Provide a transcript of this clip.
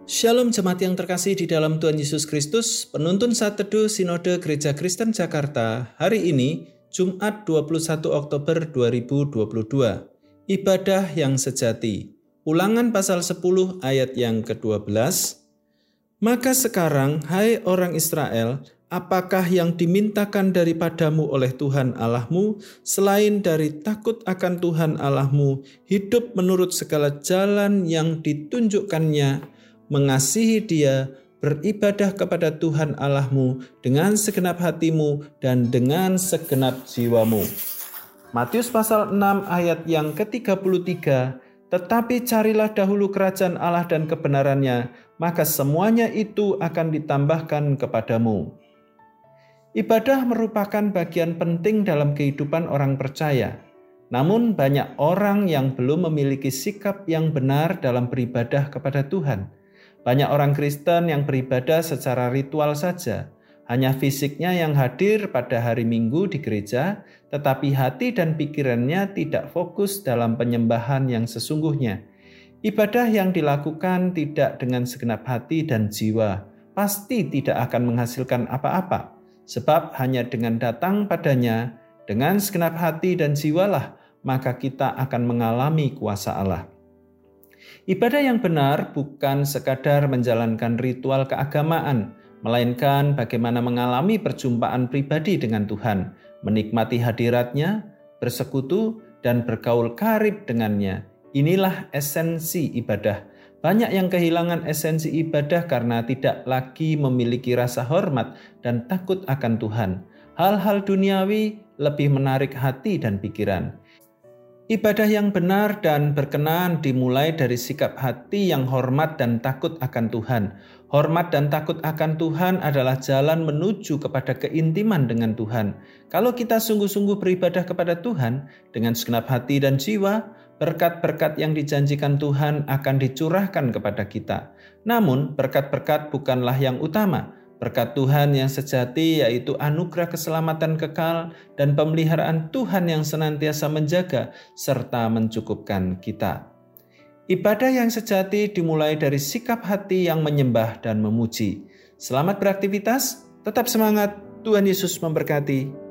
Shalom jemaat yang terkasih di dalam Tuhan Yesus Kristus, penuntun saat teduh Sinode Gereja Kristen Jakarta, hari ini, Jumat 21 Oktober 2022. Ibadah yang sejati. Ulangan pasal 10 ayat yang ke-12. Maka sekarang, hai orang Israel, apakah yang dimintakan daripadamu oleh Tuhan Allahmu, selain dari takut akan Tuhan Allahmu, hidup menurut segala jalan yang ditunjukkannya, mengasihi Dia, beribadah kepada Tuhan Allahmu dengan segenap hatimu dan dengan segenap jiwamu. Matius pasal 6 ayat yang ke-33, tetapi carilah dahulu kerajaan Allah dan kebenarannya, maka semuanya itu akan ditambahkan kepadamu. Ibadah merupakan bagian penting dalam kehidupan orang percaya. Namun banyak orang yang belum memiliki sikap yang benar dalam beribadah kepada Tuhan. Banyak orang Kristen yang beribadah secara ritual saja, hanya fisiknya yang hadir pada hari Minggu di gereja, tetapi hati dan pikirannya tidak fokus dalam penyembahan yang sesungguhnya. Ibadah yang dilakukan tidak dengan segenap hati dan jiwa, pasti tidak akan menghasilkan apa-apa, sebab hanya dengan datang padanya, dengan segenap hati dan jiwalah, maka kita akan mengalami kuasa Allah. Ibadah yang benar bukan sekadar menjalankan ritual keagamaan, melainkan bagaimana mengalami perjumpaan pribadi dengan Tuhan, menikmati hadiratnya, bersekutu, dan bergaul karib dengannya. Inilah esensi ibadah. Banyak yang kehilangan esensi ibadah karena tidak lagi memiliki rasa hormat dan takut akan Tuhan. Hal-hal duniawi lebih menarik hati dan pikiran. Ibadah yang benar dan berkenan dimulai dari sikap hati yang hormat dan takut akan Tuhan. Hormat dan takut akan Tuhan adalah jalan menuju kepada keintiman dengan Tuhan. Kalau kita sungguh-sungguh beribadah kepada Tuhan dengan segenap hati dan jiwa, berkat-berkat yang dijanjikan Tuhan akan dicurahkan kepada kita. Namun, berkat-berkat bukanlah yang utama. Berkat Tuhan yang sejati yaitu anugerah keselamatan kekal dan pemeliharaan Tuhan yang senantiasa menjaga serta mencukupkan kita. Ibadah yang sejati dimulai dari sikap hati yang menyembah dan memuji. Selamat beraktivitas, tetap semangat, Tuhan Yesus memberkati.